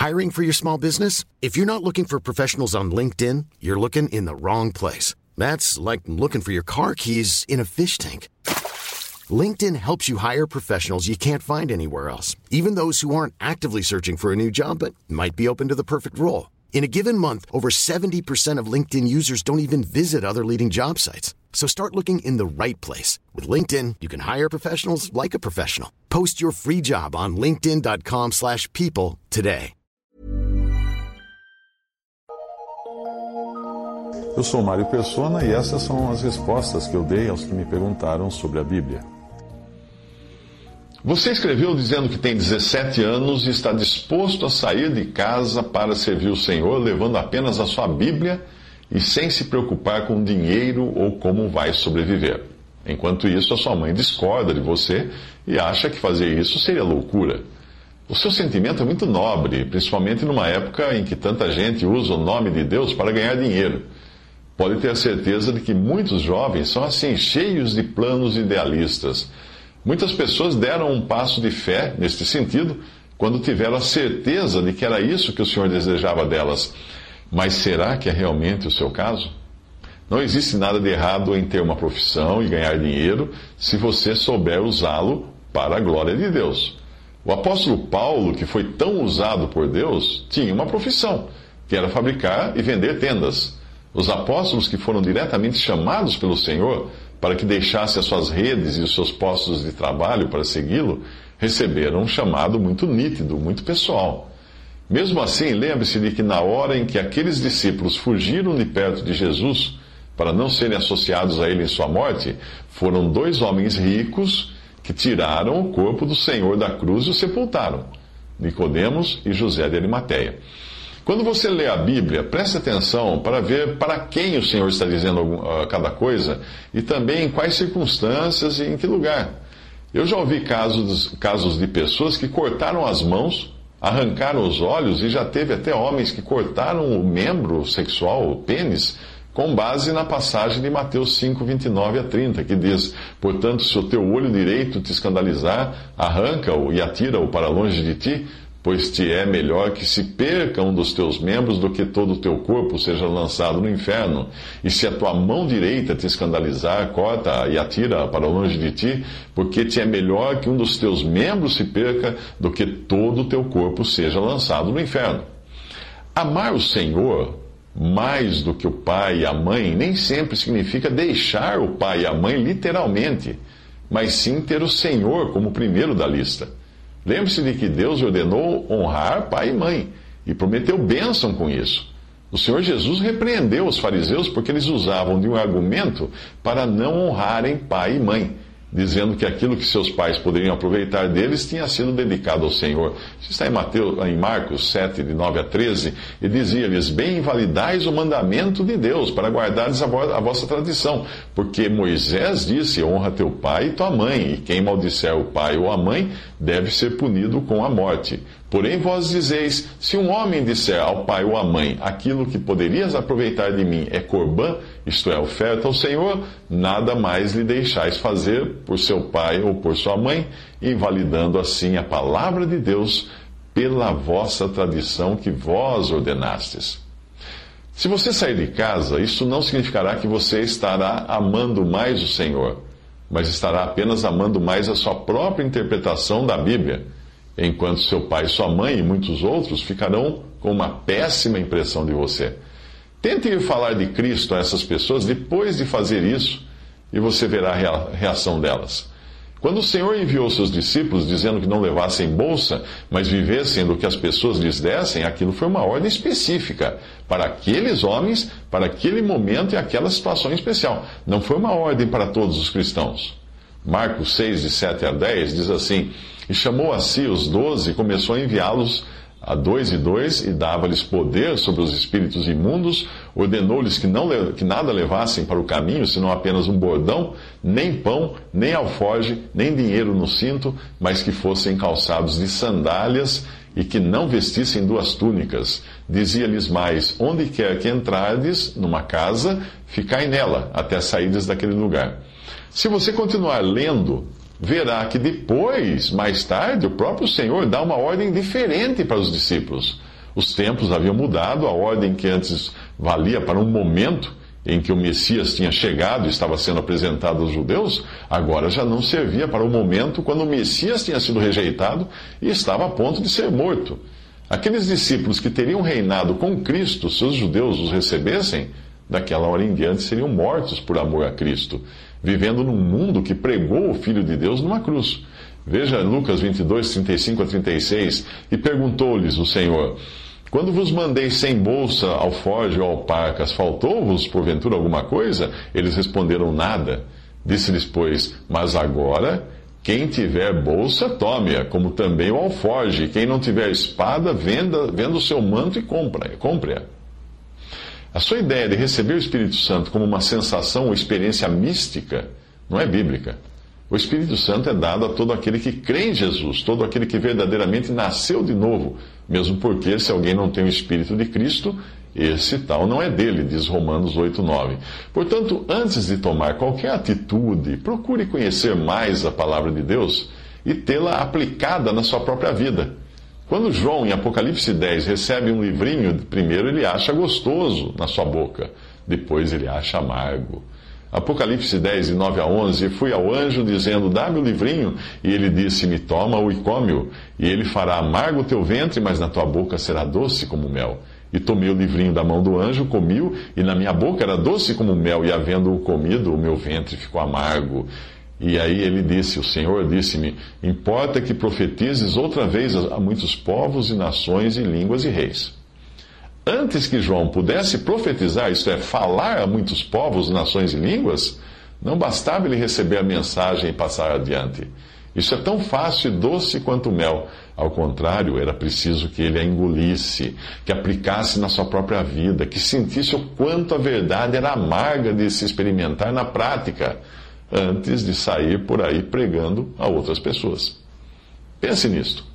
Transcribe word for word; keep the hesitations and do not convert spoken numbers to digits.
Hiring for your small business? If you're not looking for professionals on LinkedIn, you're looking in the wrong place. That's like looking for your car keys in a fish tank. LinkedIn helps you hire professionals you can't find anywhere else, even those who aren't actively searching for a new job but might be open to the perfect role. In a given month, over seventy percent of LinkedIn users don't even visit other leading job sites. So start looking in the right place. With LinkedIn, you can hire professionals like a professional. Post your free job on linkedin dot com slash people today. Eu sou Mário Persona e essas são as respostas que eu dei aos que me perguntaram sobre a Bíblia. Você escreveu dizendo que tem dezessete anos e está disposto a sair de casa para servir o Senhor, levando apenas a sua Bíblia e sem se preocupar com dinheiro ou como vai sobreviver. Enquanto isso, a sua mãe discorda de você e acha que fazer isso seria loucura. O seu sentimento é muito nobre, principalmente numa época em que tanta gente usa o nome de Deus para ganhar dinheiro. Pode ter a certeza de que muitos jovens são assim, cheios de planos idealistas. Muitas pessoas deram um passo de fé neste sentido quando tiveram a certeza de que era isso que o Senhor desejava delas. Mas será que é realmente o seu caso? Não existe nada de errado em ter uma profissão e ganhar dinheiro se você souber usá-lo para a glória de Deus. O apóstolo Paulo, que foi tão usado por Deus, tinha uma profissão, que era fabricar e vender tendas. Os apóstolos que foram diretamente chamados pelo Senhor para que deixasse as suas redes e os seus postos de trabalho para segui-lo, receberam um chamado muito nítido, muito pessoal. Mesmo assim, lembre-se de que na hora em que aqueles discípulos fugiram de perto de Jesus, para não serem associados a ele em sua morte, foram dois homens ricos que tiraram o corpo do Senhor da cruz e o sepultaram, Nicodemos e José de Arimateia. Quando você lê a Bíblia, preste atenção para ver para quem o Senhor está dizendo cada coisa e também em quais circunstâncias e em que lugar. Eu já ouvi casos, casos de pessoas que cortaram as mãos, arrancaram os olhos e já teve até homens que cortaram o membro sexual, o pênis, com base na passagem de Mateus cinco, vinte e nove a trinta, que diz: portanto, se o teu olho direito te escandalizar, arranca-o e atira-o para longe de ti, pois te é melhor que se perca um dos teus membros do que todo o teu corpo seja lançado no inferno. E se a tua mão direita te escandalizar, corta e atira para longe de ti, porque te é melhor que um dos teus membros se perca do que todo o teu corpo seja lançado no inferno. Amar o Senhor mais do que o pai e a mãe nem sempre significa deixar o pai e a mãe literalmente, mas sim ter o Senhor como primeiro da lista. Lembre-se de que Deus ordenou honrar pai e mãe e prometeu bênção com isso. O Senhor Jesus repreendeu os fariseus porque eles usavam de um argumento para não honrarem pai e mãe, dizendo que aquilo que seus pais poderiam aproveitar deles tinha sido dedicado ao Senhor. Isso está em, Mateus, em Marcos sete, de nove a treze, e dizia-lhes: bem invalidais o mandamento de Deus, para guardares a, vo a vossa tradição, porque Moisés disse: honra teu pai e tua mãe, e quem maldisser o pai ou a mãe deve ser punido com a morte. Porém vós dizeis: se um homem disser ao pai ou à mãe, aquilo que poderias aproveitar de mim é corbã, isto é, oferta ao Senhor, nada mais lhe deixais fazer por seu pai ou por sua mãe, invalidando assim a palavra de Deus pela vossa tradição que vós ordenastes. Se você sair de casa, isso não significará que você estará amando mais o Senhor, mas estará apenas amando mais a sua própria interpretação da Bíblia, enquanto seu pai, sua mãe e muitos outros ficarão com uma péssima impressão de você. Tente ir falar de Cristo a essas pessoas depois de fazer isso, e você verá a reação delas. Quando o Senhor enviou seus discípulos dizendo que não levassem bolsa, mas vivessem do que as pessoas lhes dessem, aquilo foi uma ordem específica para aqueles homens, para aquele momento e aquela situação especial. Não foi uma ordem para todos os cristãos. Marcos seis, de sete a dez, diz assim: e chamou a si os doze e começou a enviá-los a dois e dois, e dava-lhes poder sobre os espíritos imundos, ordenou-lhes que, não, que nada levassem para o caminho, senão apenas um bordão, nem pão, nem alforge, nem dinheiro no cinto, mas que fossem calçados de sandálias e que não vestissem duas túnicas. Dizia-lhes mais: onde quer que entrardes numa casa, ficai nela, até sairdes daquele lugar. Se você continuar lendo, verá que depois, mais tarde, o próprio Senhor dá uma ordem diferente para os discípulos. Os tempos haviam mudado, a ordem que antes valia para um momento em que o Messias tinha chegado e estava sendo apresentado aos judeus, agora já não servia para o momento quando o Messias tinha sido rejeitado e estava a ponto de ser morto. Aqueles discípulos que teriam reinado com Cristo, se os judeus os recebessem, daquela hora em diante seriam mortos por amor a Cristo, vivendo num mundo que pregou o Filho de Deus numa cruz. Veja Lucas vinte e dois, trinta e cinco a trinta e seis, e perguntou-lhes o Senhor: quando vos mandei sem bolsa, alforje ou alparcas, faltou-vos, porventura, alguma coisa? Eles responderam: nada. Disse-lhes, pois, mas agora, quem tiver bolsa, tome-a, como também o alforje. Quem não tiver espada, venda, venda o seu manto e compre-a. Compre-a. A sua ideia de receber o Espírito Santo como uma sensação ou experiência mística não é bíblica. O Espírito Santo é dado a todo aquele que crê em Jesus, todo aquele que verdadeiramente nasceu de novo, mesmo porque, se alguém não tem o Espírito de Cristo, esse tal não é dele, diz Romanos oito, nove. Portanto, antes de tomar qualquer atitude, procure conhecer mais a palavra de Deus e tê-la aplicada na sua própria vida. Quando João, em Apocalipse dez, recebe um livrinho, primeiro ele acha gostoso na sua boca, depois ele acha amargo. Apocalipse dez, de nove a onze, fui ao anjo dizendo, dá-me o livrinho, e ele disse-me, toma-o e come-o, e ele fará amargo o teu ventre, mas na tua boca será doce como mel. E tomei o livrinho da mão do anjo, comi-o, e na minha boca era doce como mel, e havendo-o comido, o meu ventre ficou amargo. E aí ele disse, o Senhor disse-me, importa que profetizes outra vez a muitos povos e nações e línguas e reis. Antes que João pudesse profetizar, isto é, falar a muitos povos, nações e línguas, não bastava ele receber a mensagem e passar adiante. Isso é tão fácil e doce quanto o mel. Ao contrário, era preciso que ele a engolisse, que aplicasse na sua própria vida, que sentisse o quanto a verdade era amarga de se experimentar na prática, antes de sair por aí pregando a outras pessoas. Pense nisto.